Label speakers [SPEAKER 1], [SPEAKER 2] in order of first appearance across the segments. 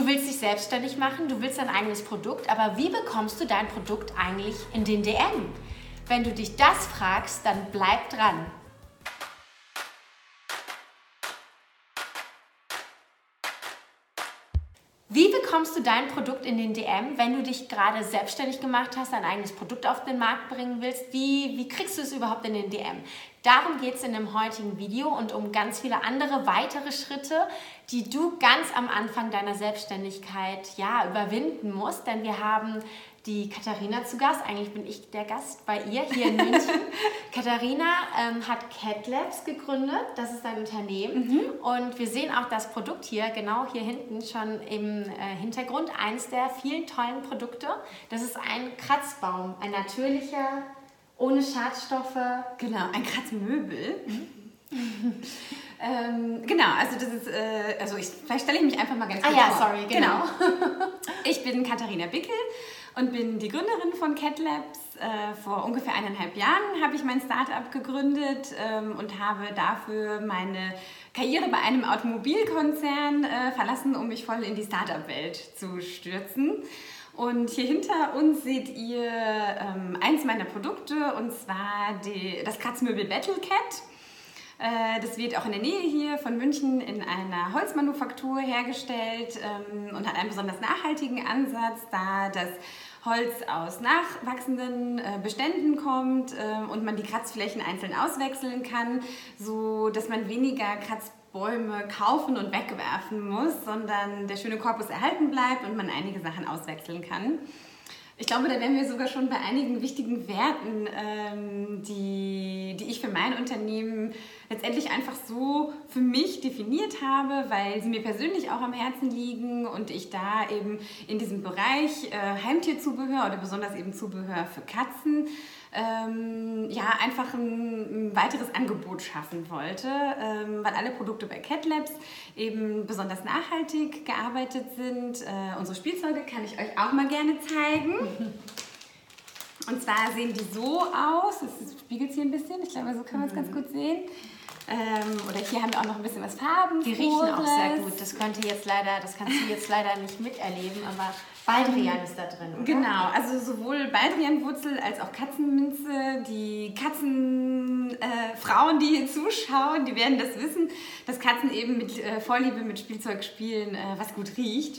[SPEAKER 1] Du willst dich selbstständig machen, du willst dein eigenes Produkt, aber wie bekommst du dein Produkt eigentlich in den DM? Wenn du dich das fragst, dann bleib dran. Wie bekommst du dein Produkt in den DM, wenn du dich gerade selbstständig gemacht hast, dein eigenes Produkt auf den Markt bringen willst? Wie kriegst du es überhaupt in den DM? Darum geht es in dem heutigen Video und um ganz viele andere weitere Schritte, die du ganz am Anfang deiner Selbstständigkeit überwinden musst. Denn wir haben die Katharina zu Gast. Eigentlich bin ich der Gast bei ihr hier in München. Katharina hat CatLabs gegründet. Das ist ein Unternehmen. Und wir sehen auch das Produkt hier, genau hier hinten schon im Hintergrund. Eines der vielen tollen Produkte. Das ist ein Kratzbaum, ein natürlicher, ohne Schadstoffe.
[SPEAKER 2] Genau, ein Kratzmöbel. Genau, also das ist, vielleicht stelle ich mich einfach mal ganz kurz vor.
[SPEAKER 1] Sorry, genau.
[SPEAKER 2] Ich bin Katharina Bickel und bin die Gründerin von CatLabs. Vor ungefähr 1,5 Jahren habe ich mein Startup gegründet und habe dafür meine Karriere bei einem Automobilkonzern verlassen, um mich voll in die Startup-Welt zu stürzen. Und hier hinter uns seht ihr eins meiner Produkte, und zwar das Kratzmöbel Battlecat. Das wird auch in der Nähe hier von München in einer Holzmanufaktur hergestellt und hat einen besonders nachhaltigen Ansatz, da das Holz aus nachwachsenden Beständen kommt und man die Kratzflächen einzeln auswechseln kann, so dass man weniger Kratzbäume kaufen und wegwerfen muss, sondern der schöne Korpus erhalten bleibt und man einige Sachen auswechseln kann. Ich glaube, da wären wir sogar schon bei einigen wichtigen Werten, die ich für mein Unternehmen letztendlich einfach so für mich definiert habe, weil sie mir persönlich auch am Herzen liegen und ich da eben in diesem Bereich Heimtierzubehör oder besonders eben Zubehör für Katzen einfach ein weiteres Angebot schaffen wollte, weil alle Produkte bei CatLabs eben besonders nachhaltig gearbeitet sind. Unsere Spielzeuge kann ich euch auch mal gerne zeigen. Und zwar sehen die so aus, das spiegelt hier ein bisschen, ich glaube, so kann man es ganz gut sehen. Oder hier haben wir auch noch ein bisschen was Farben.
[SPEAKER 1] Die riechen auch sehr gut. Das kannst du jetzt leider nicht miterleben, aber Baldrian ist da drin, oder?
[SPEAKER 2] Genau, also sowohl Baldrianwurzel als auch Katzenminze. Die Katzenfrauen, die hier zuschauen, die werden das wissen, dass Katzen eben mit Vorliebe mit Spielzeug spielen, was gut riecht.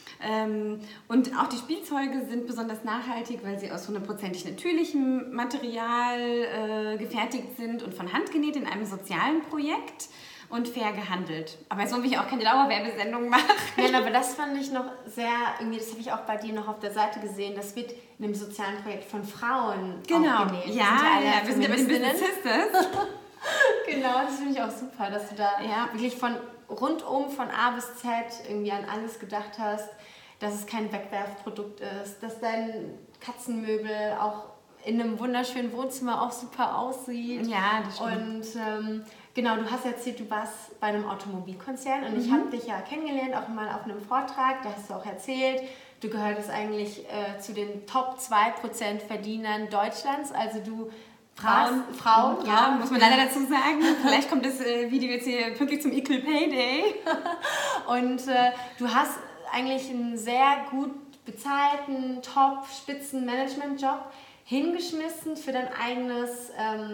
[SPEAKER 2] Und auch die Spielzeuge sind besonders nachhaltig, weil sie aus 100% natürlichem Material gefertigt sind und von Hand genäht in einem sozialen Projekt und fair gehandelt. Aber jetzt will ich auch keine Dauerwerbesendung machen.
[SPEAKER 1] Nein, aber das fand ich noch sehr, das habe ich auch bei dir noch auf der Seite gesehen, das wird in einem sozialen Projekt von Frauen auch genäht.
[SPEAKER 2] Ja, wir sind ja bei den Business Sisters.
[SPEAKER 1] Genau, das finde ich auch super, dass du da wirklich von rundum, von A bis Z irgendwie an alles gedacht hast, dass es kein Wegwerfprodukt ist, dass dein Katzenmöbel auch in einem wunderschönen Wohnzimmer auch super aussieht.
[SPEAKER 2] Ja, das stimmt.
[SPEAKER 1] Und genau, du hast erzählt, du warst bei einem Automobilkonzern und ich habe dich ja kennengelernt, auch mal auf einem Vortrag, da hast du auch erzählt, du gehörtest eigentlich zu den Top 2% Verdienern Deutschlands, also du Frauen,
[SPEAKER 2] ja, muss man leider dazu sagen. Vielleicht kommt das Video jetzt hier pünktlich zum Equal Pay Day.
[SPEAKER 1] Und du hast eigentlich einen sehr gut bezahlten, Top-Spitzen-Management-Job hingeschmissen für dein eigenes,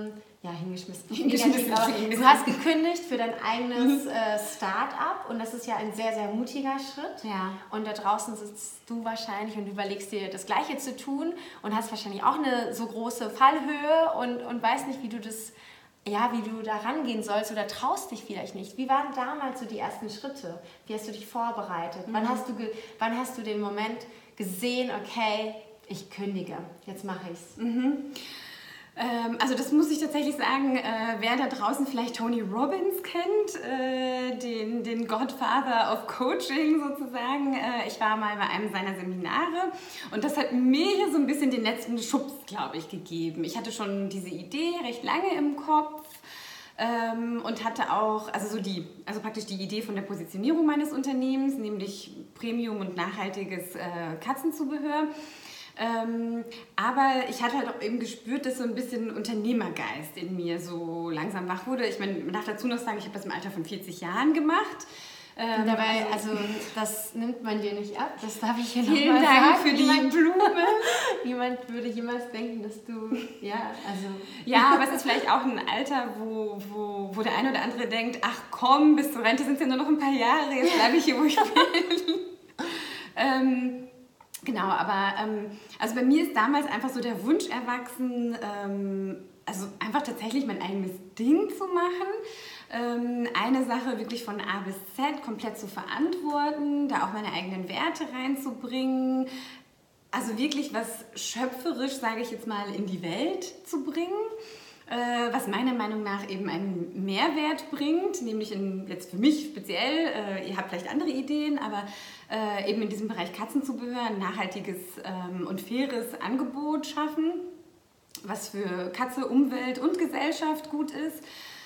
[SPEAKER 1] du hast gekündigt für dein eigenes Start-up und das ist ja ein sehr, sehr mutiger Schritt.
[SPEAKER 2] Ja.
[SPEAKER 1] Und da draußen sitzt du wahrscheinlich und überlegst dir das Gleiche zu tun und hast wahrscheinlich auch eine so große Fallhöhe und weißt nicht, wie du da rangehen sollst oder traust dich vielleicht nicht. Wie waren damals so die ersten Schritte? Wie hast du dich vorbereitet? Wann hast du den Moment gesehen, okay, ich kündige, jetzt mache ich's?
[SPEAKER 2] Also das muss ich tatsächlich sagen, wer da draußen vielleicht Tony Robbins kennt, den Godfather of Coaching sozusagen. Ich war mal bei einem seiner Seminare und das hat mir hier so ein bisschen den letzten Schubs, glaube ich, gegeben. Ich hatte schon diese Idee recht lange im Kopf und hatte auch praktisch die Idee von der Positionierung meines Unternehmens, nämlich Premium und nachhaltiges Katzenzubehör. Aber ich hatte halt auch eben gespürt, dass so ein bisschen Unternehmergeist in mir so langsam wach wurde. Ich meine, man darf dazu noch sagen, ich habe das im Alter von 40 Jahren gemacht.
[SPEAKER 1] Dabei, also das nimmt man dir nicht ab, das darf ich hier
[SPEAKER 2] Vielen
[SPEAKER 1] nochmal
[SPEAKER 2] Dank
[SPEAKER 1] sagen.
[SPEAKER 2] für die Blume.
[SPEAKER 1] Niemand würde jemals denken, dass du,
[SPEAKER 2] Ja, aber es ist vielleicht auch ein Alter, wo der eine oder andere denkt, ach komm, bis zur Rente sind es ja nur noch ein paar Jahre, jetzt bleibe ich hier, wo ich bin. Genau, aber also bei mir ist damals einfach so der Wunsch erwachsen, also einfach tatsächlich mein eigenes Ding zu machen, eine Sache wirklich von A bis Z komplett zu verantworten, da auch meine eigenen Werte reinzubringen, also wirklich was schöpferisch, sage ich jetzt mal, in die Welt zu bringen, was meiner Meinung nach eben einen Mehrwert bringt, nämlich jetzt für mich speziell, ihr habt vielleicht andere Ideen, aber eben in diesem Bereich Katzenzubehör ein nachhaltiges und faires Angebot schaffen, was für Katze, Umwelt und Gesellschaft gut ist.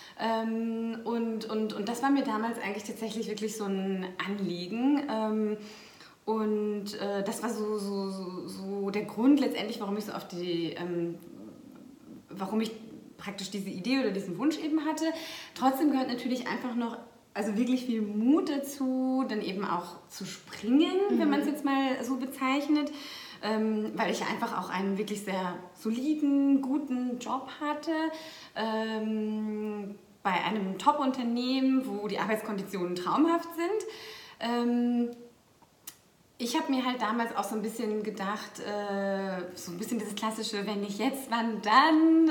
[SPEAKER 2] Und das war mir damals eigentlich tatsächlich wirklich so ein Anliegen. Das war so der Grund letztendlich, warum ich warum ich praktisch diese Idee oder diesen Wunsch eben hatte. Trotzdem gehört natürlich einfach noch also wirklich viel Mut dazu, dann eben auch zu springen, wenn man es jetzt mal so bezeichnet, weil ich einfach auch einen wirklich sehr soliden, guten Job hatte, bei einem Top-Unternehmen, wo die Arbeitskonditionen traumhaft sind. Ich habe mir halt damals auch so ein bisschen gedacht, so ein bisschen dieses klassische, wenn nicht jetzt, wann dann?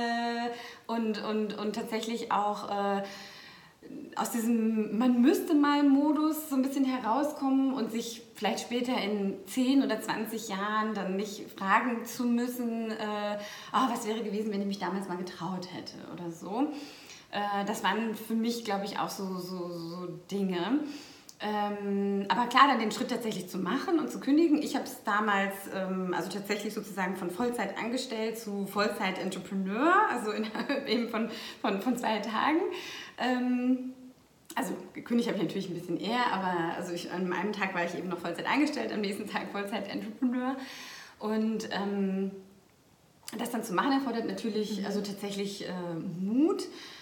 [SPEAKER 2] Und tatsächlich auch aus diesem man müsste mal Modus so ein bisschen herauskommen und sich vielleicht später in 10 oder 20 Jahren dann nicht fragen zu müssen, was wäre gewesen, wenn ich mich damals mal getraut hätte oder so. Das waren für mich, glaube ich, auch so Dinge. Aber klar, dann den Schritt tatsächlich zu machen und zu kündigen. Ich habe es damals also tatsächlich sozusagen von Vollzeit angestellt zu Vollzeit-Entrepreneur, also innerhalb eben von 2 Tagen. Also gekündigt habe ich natürlich ein bisschen eher, aber also an einem Tag war ich eben noch Vollzeit angestellt, am nächsten Tag Vollzeit-Entrepreneur. Und das dann zu machen erfordert natürlich also tatsächlich Mut.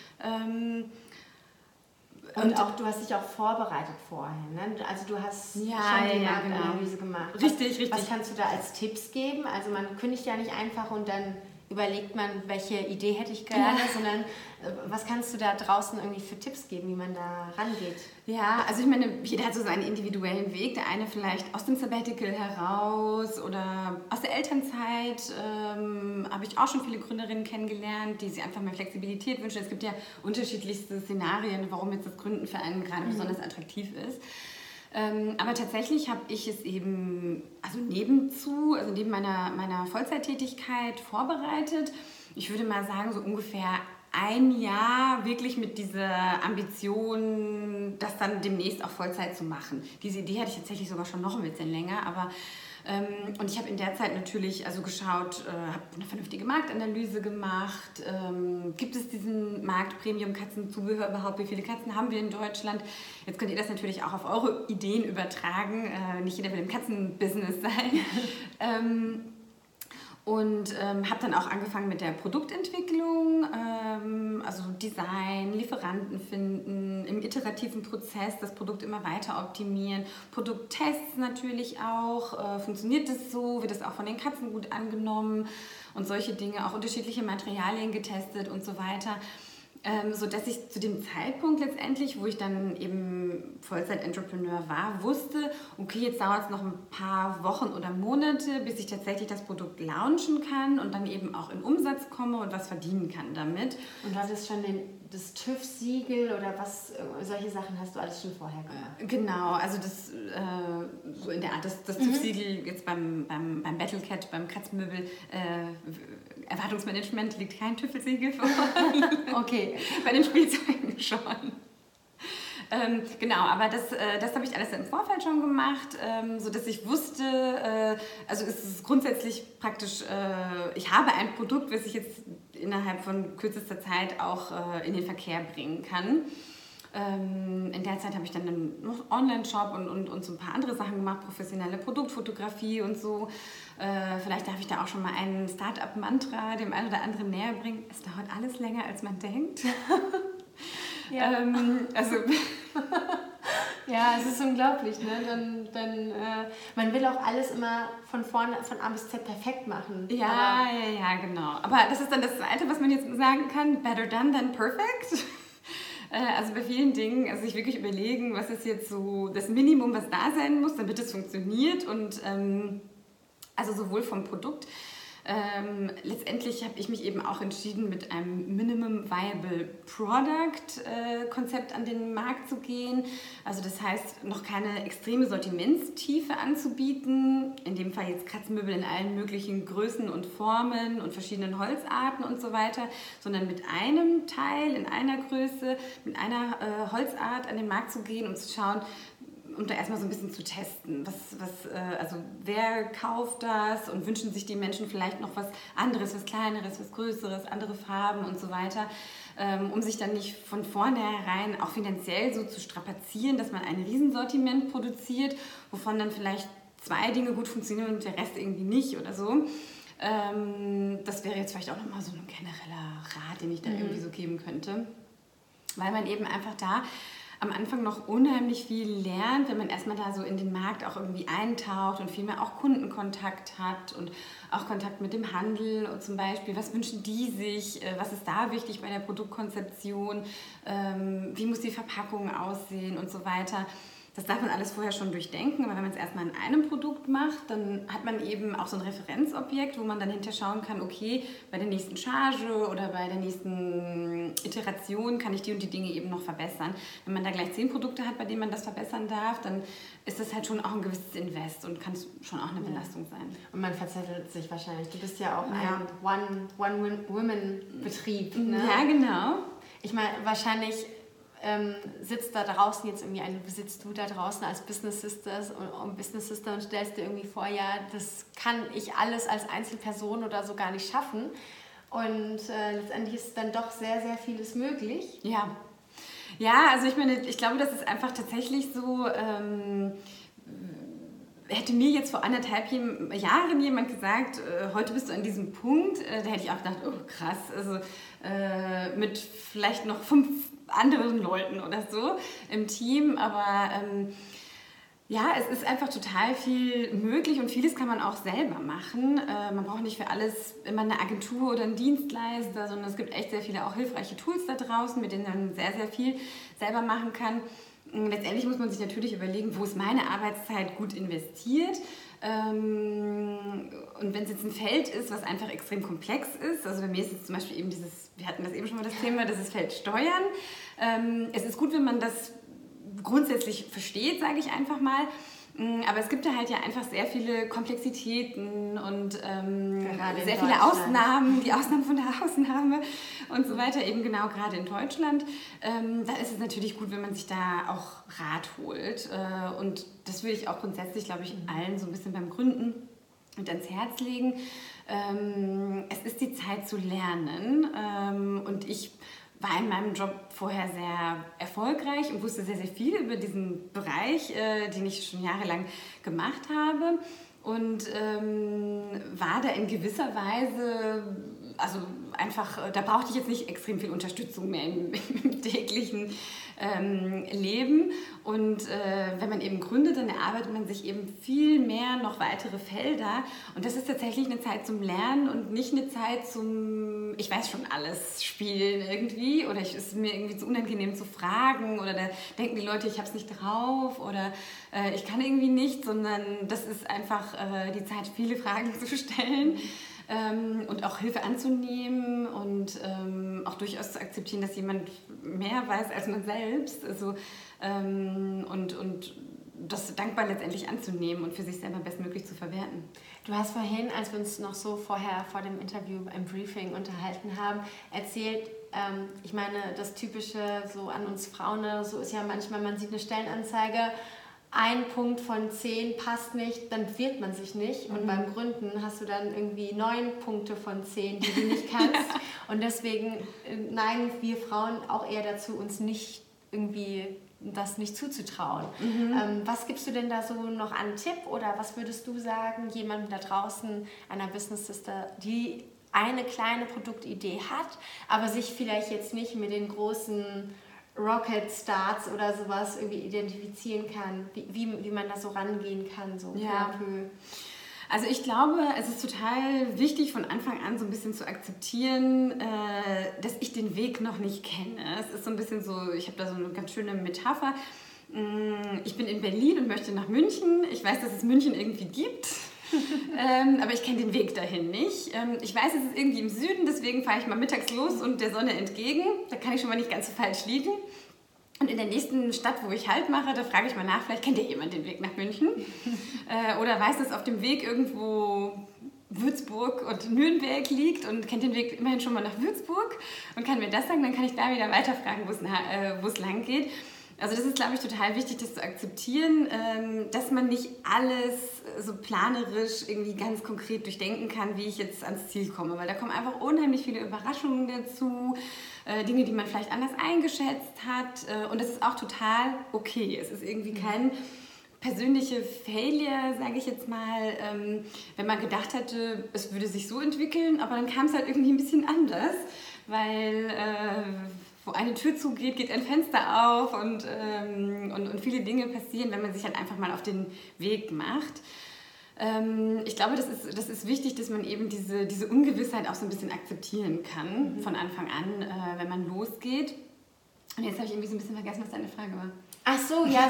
[SPEAKER 1] Und auch, du hast dich auch vorbereitet vorher, ne? Also du hast schon die Marktanalyse gemacht.
[SPEAKER 2] Richtig.
[SPEAKER 1] Was kannst du da als Tipps geben? Also man kündigt ja nicht einfach und dann überlegt man, welche Idee hätte ich gerne, sondern was kannst du da draußen irgendwie für Tipps geben, wie man da rangeht?
[SPEAKER 2] Ja, also ich meine, jeder hat so seinen individuellen Weg. Der eine vielleicht aus dem Sabbatical heraus oder aus der Elternzeit. Habe ich auch schon viele Gründerinnen kennengelernt, die sich einfach mehr Flexibilität wünschen. Es gibt ja unterschiedlichste Szenarien, warum jetzt das Gründen für einen gerade besonders attraktiv ist. Aber tatsächlich habe ich es eben also neben meiner Vollzeittätigkeit vorbereitet. Ich würde mal sagen, so ungefähr ein Jahr wirklich mit dieser Ambition, das dann demnächst auch Vollzeit zu machen. Diese Idee hatte ich tatsächlich sogar schon noch ein bisschen länger, aber und ich habe in der Zeit natürlich also geschaut, habe eine vernünftige Marktanalyse gemacht. Gibt es diesen Markt Premium-Katzenzubehör überhaupt? Wie viele Katzen haben wir in Deutschland? Jetzt könnt ihr das natürlich auch auf eure Ideen übertragen. Nicht jeder will im Katzenbusiness sein. Habe dann auch angefangen mit der Produktentwicklung, also Design, Lieferanten finden, im iterativen Prozess das Produkt immer weiter optimieren, Produkttests natürlich auch, funktioniert das so, wird das auch von den Katzen gut angenommen und solche Dinge, auch unterschiedliche Materialien getestet und so weiter. Sodass ich zu dem Zeitpunkt letztendlich, wo ich dann eben Vollzeit-Entrepreneur war, wusste, okay, jetzt dauert es noch ein paar Wochen oder Monate, bis ich tatsächlich das Produkt launchen kann und dann eben auch in Umsatz komme und was verdienen kann damit.
[SPEAKER 1] Und du hattest schon das TÜV-Siegel oder was, solche Sachen hast du alles schon vorher gemacht?
[SPEAKER 2] Genau, also das so in der Art, das TÜV-Siegel jetzt beim Battlecat, beim Kratzmöbel, Erwartungsmanagement liegt kein TÜV-Siegel vor.
[SPEAKER 1] Okay.
[SPEAKER 2] Bei den Spielzeugen schon. Genau, aber das habe ich alles im Vorfeld schon gemacht, sodass ich wusste, also es ist grundsätzlich praktisch, ich habe ein Produkt, was ich jetzt innerhalb von kürzester Zeit auch in den Verkehr bringen kann. In der Zeit habe ich dann noch Online-Shop und so ein paar andere Sachen gemacht, professionelle Produktfotografie und so. Vielleicht darf ich da auch schon mal ein Start-up-Mantra dem einen oder anderen näher bringen. Es dauert alles länger, als man denkt.
[SPEAKER 1] Ja.
[SPEAKER 2] Also
[SPEAKER 1] Ja, es ist unglaublich, ne? Man will auch alles immer von A bis Z perfekt machen.
[SPEAKER 2] Ja, genau. Aber das ist dann das Zweite, was man jetzt sagen kann, better done than perfect. Also bei vielen Dingen, also sich wirklich überlegen, was ist jetzt so das Minimum, was da sein muss, damit es funktioniert. Und also sowohl vom Produkt. Letztendlich habe ich mich eben auch entschieden, mit einem Minimum Viable Product Konzept an den Markt zu gehen. Also das heißt, noch keine extreme Sortimentstiefe anzubieten. In dem Fall jetzt Kratzmöbel in allen möglichen Größen und Formen und verschiedenen Holzarten und so weiter, sondern mit einem Teil in einer Größe, mit einer Holzart an den Markt zu gehen und zu schauen, um da erstmal so ein bisschen zu testen, also wer kauft das und wünschen sich die Menschen vielleicht noch was anderes, was Kleineres, was Größeres, andere Farben und so weiter, um sich dann nicht von vornherein auch finanziell so zu strapazieren, dass man ein Riesensortiment produziert, wovon dann vielleicht 2 Dinge gut funktionieren und der Rest irgendwie nicht oder so. Das wäre jetzt vielleicht auch nochmal so ein genereller Rat, den ich da irgendwie so geben könnte, weil man eben einfach da am Anfang noch unheimlich viel lernt, wenn man erstmal da so in den Markt auch irgendwie eintaucht und viel mehr auch Kundenkontakt hat und auch Kontakt mit dem Handel und zum Beispiel, was wünschen die sich, was ist da wichtig bei der Produktkonzeption, wie muss die Verpackung aussehen und so weiter. Das darf man alles vorher schon durchdenken, aber wenn man es erstmal in einem Produkt macht, dann hat man eben auch so ein Referenzobjekt, wo man dann hinterher schauen kann, okay, bei der nächsten Charge oder bei der nächsten Iteration kann ich die und die Dinge eben noch verbessern. Wenn man da gleich 10 Produkte hat, bei denen man das verbessern darf, dann ist das halt schon auch ein gewisses Invest und kann schon auch eine Belastung sein.
[SPEAKER 1] Und man verzettelt sich wahrscheinlich. Du bist ja auch ein One-Women-Betrieb. Ne?
[SPEAKER 2] Ja, genau.
[SPEAKER 1] Ich meine, wahrscheinlich sitzt du da draußen als Business Sister und stellst dir irgendwie vor, ja, das kann ich alles als Einzelperson oder so gar nicht schaffen. Und letztendlich ist dann doch sehr, sehr vieles möglich.
[SPEAKER 2] Ja, also ich meine, ich glaube, das ist einfach tatsächlich so, hätte mir jetzt vor 1,5 Jahren jemand gesagt, heute bist du an diesem Punkt, da hätte ich auch gedacht, oh krass, also mit vielleicht noch 5 anderen Leuten oder so im Team, aber ja, es ist einfach total viel möglich und vieles kann man auch selber machen. Man braucht nicht für alles immer eine Agentur oder einen Dienstleister, sondern es gibt echt sehr viele auch hilfreiche Tools da draußen, mit denen man sehr, sehr viel selber machen kann. Letztendlich muss man sich natürlich überlegen, wo ist meine Arbeitszeit gut investiert. Und wenn es jetzt ein Feld ist, was einfach extrem komplex ist, also bei mir ist jetzt zum Beispiel eben wir hatten das eben schon mal das Thema, das Feld Steuern. Es ist gut, wenn man das grundsätzlich versteht, sage ich einfach mal. Aber es gibt da halt ja einfach sehr viele Komplexitäten und sehr viele Ausnahmen, die Ausnahmen von der Ausnahme und so weiter, eben genau gerade in Deutschland. Da ist es natürlich gut, wenn man sich da auch Rat holt. Und das würde ich auch grundsätzlich, glaube ich, allen so ein bisschen beim Gründen mit ans Herz legen. Es ist die Zeit zu lernen und ich war in meinem Job vorher sehr erfolgreich und wusste sehr, sehr viel über diesen Bereich, den ich schon jahrelang gemacht habe und war da in gewisser Weise, also einfach, da brauchte ich jetzt nicht extrem viel Unterstützung mehr im täglichen Leben und wenn man eben gründet, dann erarbeitet man sich eben viel mehr noch weitere Felder und das ist tatsächlich eine Zeit zum Lernen und nicht eine Zeit zum, ich weiß schon alles spielen irgendwie oder es ist mir irgendwie zu unangenehm zu fragen oder da denken die Leute, ich habe es nicht drauf oder ich kann irgendwie nicht, sondern das ist einfach die Zeit, viele Fragen zu stellen. Und auch Hilfe anzunehmen und auch durchaus zu akzeptieren, dass jemand mehr weiß als man selbst. Also, und das dankbar letztendlich anzunehmen und für sich selber bestmöglich zu verwerten.
[SPEAKER 1] Du hast vorhin, als wir uns noch so vorher vor dem Interview im Briefing unterhalten haben, erzählt, ich meine, das Typische so an uns Frauen, so ist ja manchmal, man sieht eine Stellenanzeige, 1 Punkt von 10 passt nicht, dann bewirbt man sich nicht. Und beim Gründen hast du dann irgendwie 9 Punkte von 10, die du nicht kannst. Und deswegen neigen wir Frauen auch eher dazu, uns nicht irgendwie das nicht zuzutrauen. Was gibst du denn da so noch an Tipp oder was würdest du sagen, jemandem da draußen, einer Business Sister, die eine kleine Produktidee hat, aber sich vielleicht jetzt nicht mit den großen Rocket Starts oder sowas irgendwie identifizieren kann, wie man da so rangehen kann, so peu à peu.
[SPEAKER 2] Also ich glaube, es ist total wichtig, von Anfang an so ein bisschen zu akzeptieren, dass ich den Weg noch nicht kenne. Es ist so ein bisschen so, ich habe da so eine ganz schöne Metapher. Ich bin in Berlin und möchte nach München. Ich weiß, dass es München irgendwie gibt. Aber ich kenne den Weg dahin nicht. Ich weiß, es ist irgendwie im Süden, deswegen fahre ich mal mittags los und der Sonne entgegen. Da kann ich schon mal nicht ganz so falsch liegen. Und in der nächsten Stadt, wo ich Halt mache, da frage ich mal nach, vielleicht kennt ja jemand den Weg nach München. Oder weiß, dass auf dem Weg irgendwo Würzburg und Nürnberg liegt und kennt den Weg immerhin schon mal nach Würzburg und kann mir das sagen, dann kann ich da wieder weiterfragen, wo es lang geht. Also das ist, glaube ich, total wichtig, das zu akzeptieren, dass man nicht alles so planerisch irgendwie ganz konkret durchdenken kann, wie ich jetzt ans Ziel komme. Weil da kommen einfach unheimlich viele Überraschungen dazu, Dinge, die man vielleicht anders eingeschätzt hat. Und das ist auch total okay. Es ist irgendwie kein persönliche Failure, sage ich jetzt mal, wenn man gedacht hätte, es würde sich so entwickeln, aber dann kam es halt irgendwie ein bisschen anders, weil wo eine Tür zugeht, geht ein Fenster auf und viele Dinge passieren, wenn man sich halt einfach mal auf den Weg macht. Ich glaube, das ist wichtig, dass man eben diese Ungewissheit auch so ein bisschen akzeptieren kann von Anfang an, wenn man losgeht. Und jetzt habe ich irgendwie so ein bisschen vergessen, was deine Frage war.
[SPEAKER 1] Ach so, ja,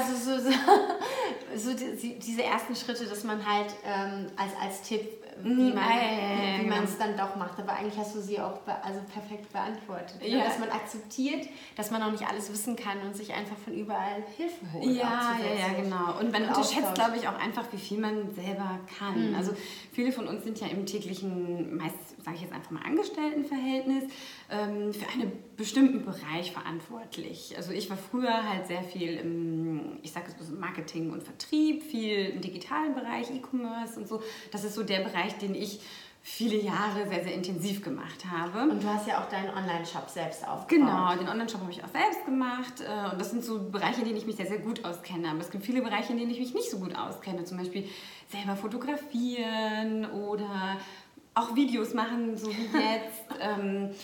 [SPEAKER 1] so diese ersten Schritte, dass man halt als Tipp, wie man es dann doch macht. Aber eigentlich hast du sie auch perfekt beantwortet. Ja. Dass man akzeptiert, dass man noch nicht alles wissen kann und sich einfach von überall Hilfe holt.
[SPEAKER 2] Ja, genau. Und man unterschätzt, glaube ich, auch einfach, wie viel man selber kann. Also viele von uns sind ja im täglichen, meist sage ich jetzt einfach mal Angestelltenverhältnis, für einen bestimmten Bereich verantwortlich. Also ich war früher halt sehr viel im, ich sage es Marketing und Vertrieb, viel im digitalen Bereich, E-Commerce und so. Das ist so der Bereich, den ich viele Jahre sehr, sehr intensiv gemacht habe.
[SPEAKER 1] Und du hast ja auch deinen Online-Shop selbst aufgebaut.
[SPEAKER 2] Genau, den Online-Shop habe ich auch selbst gemacht. Und das sind so Bereiche, in denen ich mich sehr, sehr gut auskenne. Aber es gibt viele Bereiche, in denen ich mich nicht so gut auskenne. Zum Beispiel selber fotografieren oder auch Videos machen, so wie jetzt.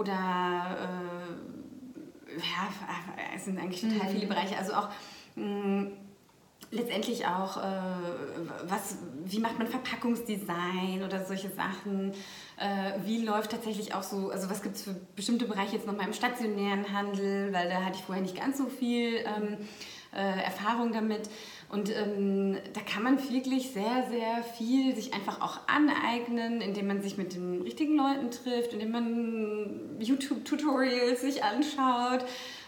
[SPEAKER 2] Es sind eigentlich total viele Bereiche. Also auch letztendlich auch, wie macht man Verpackungsdesign oder solche Sachen. Wie läuft tatsächlich auch so, also was gibt es für bestimmte Bereiche jetzt nochmal im stationären Handel, weil da hatte ich vorher nicht ganz so viel Erfahrung damit. Und da kann man wirklich sehr, sehr viel sich einfach auch aneignen, indem man sich mit den richtigen Leuten trifft, indem man YouTube-Tutorials sich anschaut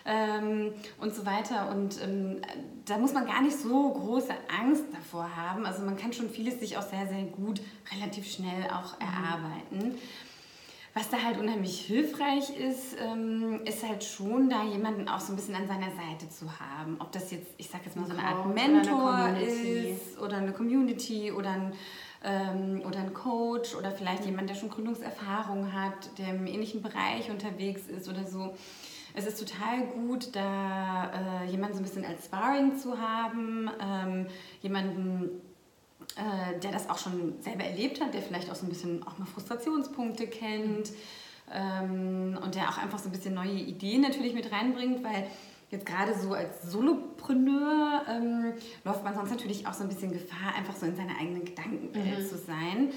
[SPEAKER 2] und so weiter. Und da muss man gar nicht so große Angst davor haben. Also man kann schon vieles sich auch sehr, sehr gut, relativ schnell auch erarbeiten. Was da halt unheimlich hilfreich ist, ist halt schon da jemanden auch so ein bisschen an seiner Seite zu haben. Ob das jetzt, ich sag jetzt mal so eine Art Mentor ist oder eine Community oder ein Coach oder vielleicht jemand, der schon Gründungserfahrung hat, der im ähnlichen Bereich unterwegs ist oder so. Es ist total gut, da jemanden so ein bisschen als Sparring zu haben, jemanden, der das auch schon selber erlebt hat, der vielleicht auch so ein bisschen auch mal Frustrationspunkte kennt und der auch einfach so ein bisschen neue Ideen natürlich mit reinbringt, weil jetzt gerade so als Solopreneur läuft man sonst natürlich auch so ein bisschen Gefahr, einfach so in seiner eigenen Gedankenwelt zu sein,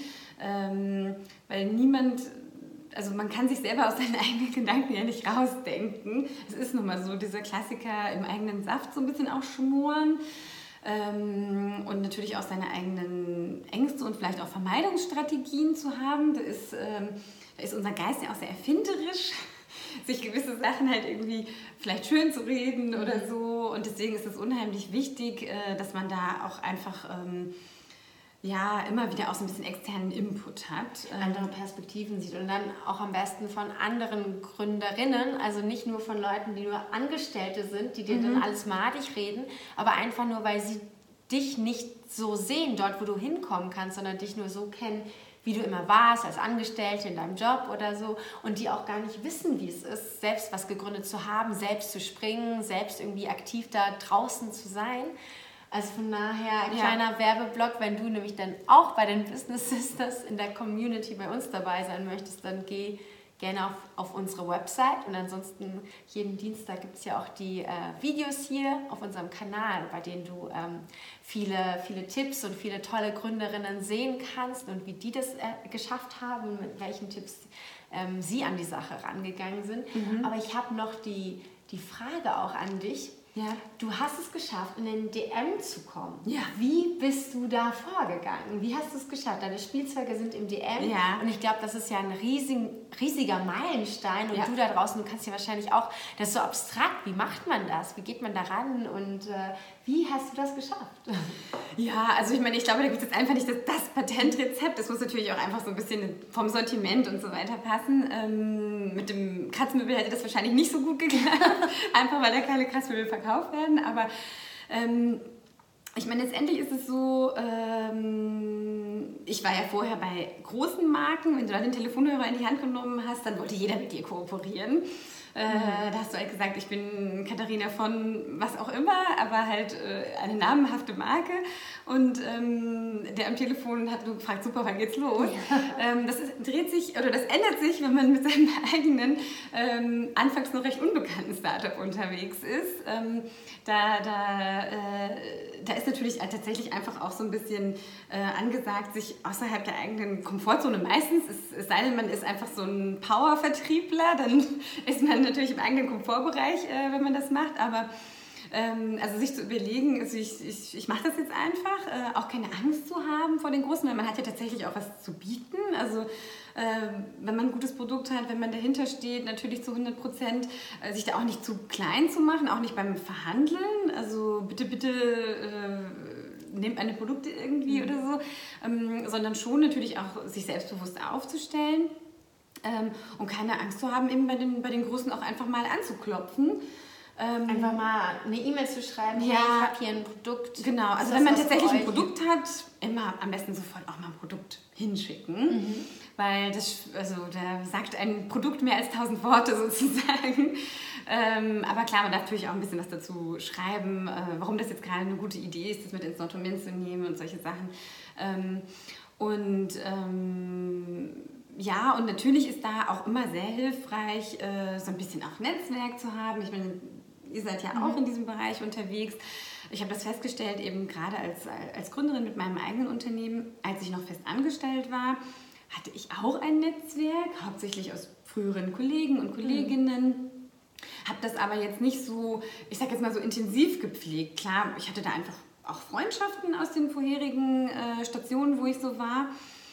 [SPEAKER 2] weil niemand, also man kann sich selber aus seinen eigenen Gedanken ja nicht rausdenken. Es ist nun mal so, dieser Klassiker im eigenen Saft so ein bisschen auch schmoren. Und natürlich auch seine eigenen Ängste und vielleicht auch Vermeidungsstrategien zu haben. Da ist unser Geist ja auch sehr erfinderisch, sich gewisse Sachen halt irgendwie vielleicht schön zu reden oder so. Und deswegen ist es unheimlich wichtig, dass man da auch einfach immer wieder auch so ein bisschen externen Input hat.
[SPEAKER 1] Andere Perspektiven sieht und dann auch am besten von anderen Gründerinnen, also nicht nur von Leuten, die nur Angestellte sind, die dir dann alles madig reden, aber einfach nur, weil sie dich nicht so sehen dort, wo du hinkommen kannst, sondern dich nur so kennen, wie du immer warst, als Angestellte in deinem Job oder so und die auch gar nicht wissen, wie es ist, selbst was gegründet zu haben, selbst zu springen, selbst irgendwie aktiv da draußen zu sein. Also von daher, kleiner Werbeblock, wenn du nämlich dann auch bei den Business Sisters in der Community bei uns dabei sein möchtest, dann geh gerne auf unsere Website. Und ansonsten jeden Dienstag gibt es ja auch die Videos hier auf unserem Kanal, bei denen du viele Tipps und viele tolle Gründerinnen sehen kannst und wie die das geschafft haben, mit welchen Tipps sie an die Sache rangegangen sind. Aber ich habe noch die Frage auch an dich.
[SPEAKER 2] Ja.
[SPEAKER 1] Du hast es geschafft, in den DM zu kommen.
[SPEAKER 2] Ja.
[SPEAKER 1] Wie bist du da vorgegangen? Wie hast du es geschafft? Deine Spielzeuge sind im DM.
[SPEAKER 2] Ja.
[SPEAKER 1] Und ich glaube, das ist ja ein riesiger Meilenstein. Und du da draußen, du kannst ja wahrscheinlich auch, das ist so abstrakt. Wie macht man das? Wie geht man da ran? Und wie hast du das geschafft?
[SPEAKER 2] Ja, also ich meine, ich glaube, da gibt es jetzt einfach nicht das Patentrezept. Das muss natürlich auch einfach so ein bisschen vom Sortiment und so weiter passen. Mit dem Kratzmöbel hätte das wahrscheinlich nicht so gut geklappt, einfach weil da keine Kratzmöbel verkauft werden. Aber ich meine, letztendlich ist es so, ich war ja vorher bei großen Marken. Wenn du da den Telefonhörer in die Hand genommen hast, dann wollte jeder mit dir kooperieren. Da hast du halt gesagt, ich bin Katharina von was auch immer, aber halt eine namenhafte Marke. Und der am Telefon hat nur gefragt, super, wann geht's los? Ja. Das ändert sich, wenn man mit seinem eigenen, anfangs noch recht unbekannten Startup unterwegs ist. Da ist natürlich tatsächlich einfach auch so ein bisschen angesagt, sich außerhalb der eigenen Komfortzone, meistens, es sei denn, man ist einfach so ein Power-Vertriebler, dann ist man natürlich im eigenen Komfortbereich, wenn man das macht, aber also sich zu überlegen, also ich mache das jetzt einfach, auch keine Angst zu haben vor den Großen, weil man hat ja tatsächlich auch was zu bieten, also wenn man ein gutes Produkt hat, wenn man dahinter steht, natürlich zu 100%, sich da auch nicht zu klein zu machen, auch nicht beim Verhandeln, also bitte nehmt meine Produkte irgendwie oder so, sondern schon natürlich auch sich selbstbewusst aufzustellen. Und keine Angst zu haben, eben bei den Großen auch einfach mal anzuklopfen.
[SPEAKER 1] Einfach mal eine E-Mail zu schreiben,
[SPEAKER 2] ja,
[SPEAKER 1] hey, ich habe hier ein Produkt.
[SPEAKER 2] Genau, also wenn man tatsächlich ein Produkt hat, immer am besten sofort auch mal ein Produkt hinschicken. Weil da sagt ein Produkt mehr als 1000 Worte sozusagen. Aber klar, man darf natürlich auch ein bisschen was dazu schreiben, warum das jetzt gerade eine gute Idee ist, das mit ins Sortiment zu nehmen und solche Sachen. Ja, und natürlich ist da auch immer sehr hilfreich, so ein bisschen auch Netzwerk zu haben. Ich meine, ihr seid ja auch in diesem Bereich unterwegs. Ich habe das festgestellt, eben gerade als Gründerin mit meinem eigenen Unternehmen, als ich noch fest angestellt war, hatte ich auch ein Netzwerk, hauptsächlich aus früheren Kollegen und Kolleginnen. Habe das aber jetzt nicht so, ich sage jetzt mal so intensiv gepflegt. Klar, ich hatte da einfach auch Freundschaften aus den vorherigen Stationen, wo ich so war.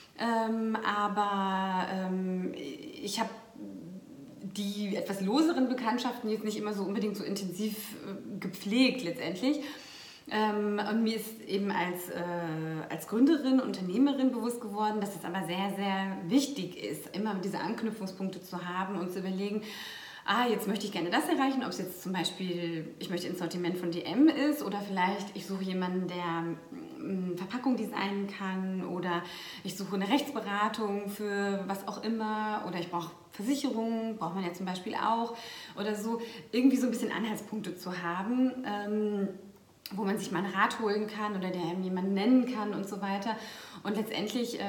[SPEAKER 2] Aber ich habe die etwas loseren Bekanntschaften jetzt nicht immer so unbedingt so intensiv gepflegt letztendlich. Und mir ist eben als Gründerin, Unternehmerin bewusst geworden, dass es aber sehr, sehr wichtig ist, immer diese Anknüpfungspunkte zu haben und zu überlegen, jetzt möchte ich gerne das erreichen, ob es jetzt zum Beispiel, ich möchte ins Sortiment von DM ist oder vielleicht ich suche jemanden, der Verpackung designen kann oder ich suche eine Rechtsberatung für was auch immer oder ich brauche Versicherungen, braucht man ja zum Beispiel auch oder so, irgendwie so ein bisschen Anhaltspunkte zu haben, wo man sich mal einen Rat holen kann oder der einem jemanden nennen kann und so weiter. Und letztendlich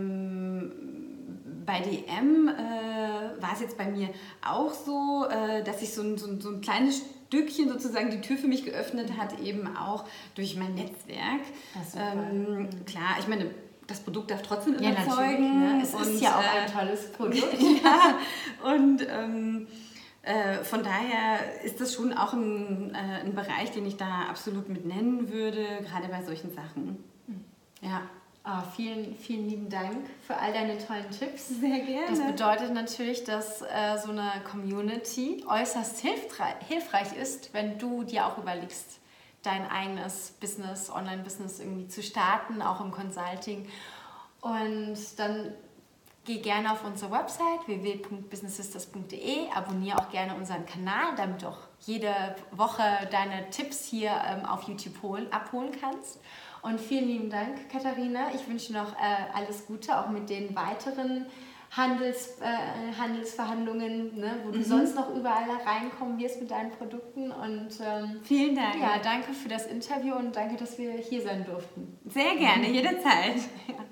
[SPEAKER 2] bei DM war es jetzt bei mir auch so, dass sich so ein kleines Stückchen sozusagen die Tür für mich geöffnet hat, eben auch durch mein Netzwerk. Klar, ich meine, das Produkt darf trotzdem überzeugen.
[SPEAKER 1] Ne? Es ist ja auch ein tolles Produkt.
[SPEAKER 2] Ja, und von daher ist das schon auch ein Bereich, den ich da absolut mit nennen würde, gerade bei solchen Sachen. Ja.
[SPEAKER 1] Vielen, vielen lieben Dank für all deine tollen Tipps.
[SPEAKER 2] Sehr gerne.
[SPEAKER 1] Das bedeutet natürlich, dass so eine Community äußerst hilfreich ist, wenn du dir auch überlegst, dein eigenes Business, Online-Business irgendwie zu starten, auch im Consulting. Und dann geh gerne auf unsere Website www.businesssisters.de, abonniere auch gerne unseren Kanal, damit du auch jede Woche deine Tipps hier auf YouTube abholen kannst. Und vielen lieben Dank, Katharina. Ich wünsche noch alles Gute, auch mit den weiteren Handelsverhandlungen, ne, wo du sonst noch überall reinkommen wirst mit deinen Produkten. Und
[SPEAKER 2] vielen Dank.
[SPEAKER 1] Ja, danke für das Interview und danke, dass wir hier sein durften.
[SPEAKER 2] Sehr gerne, jederzeit. Ja.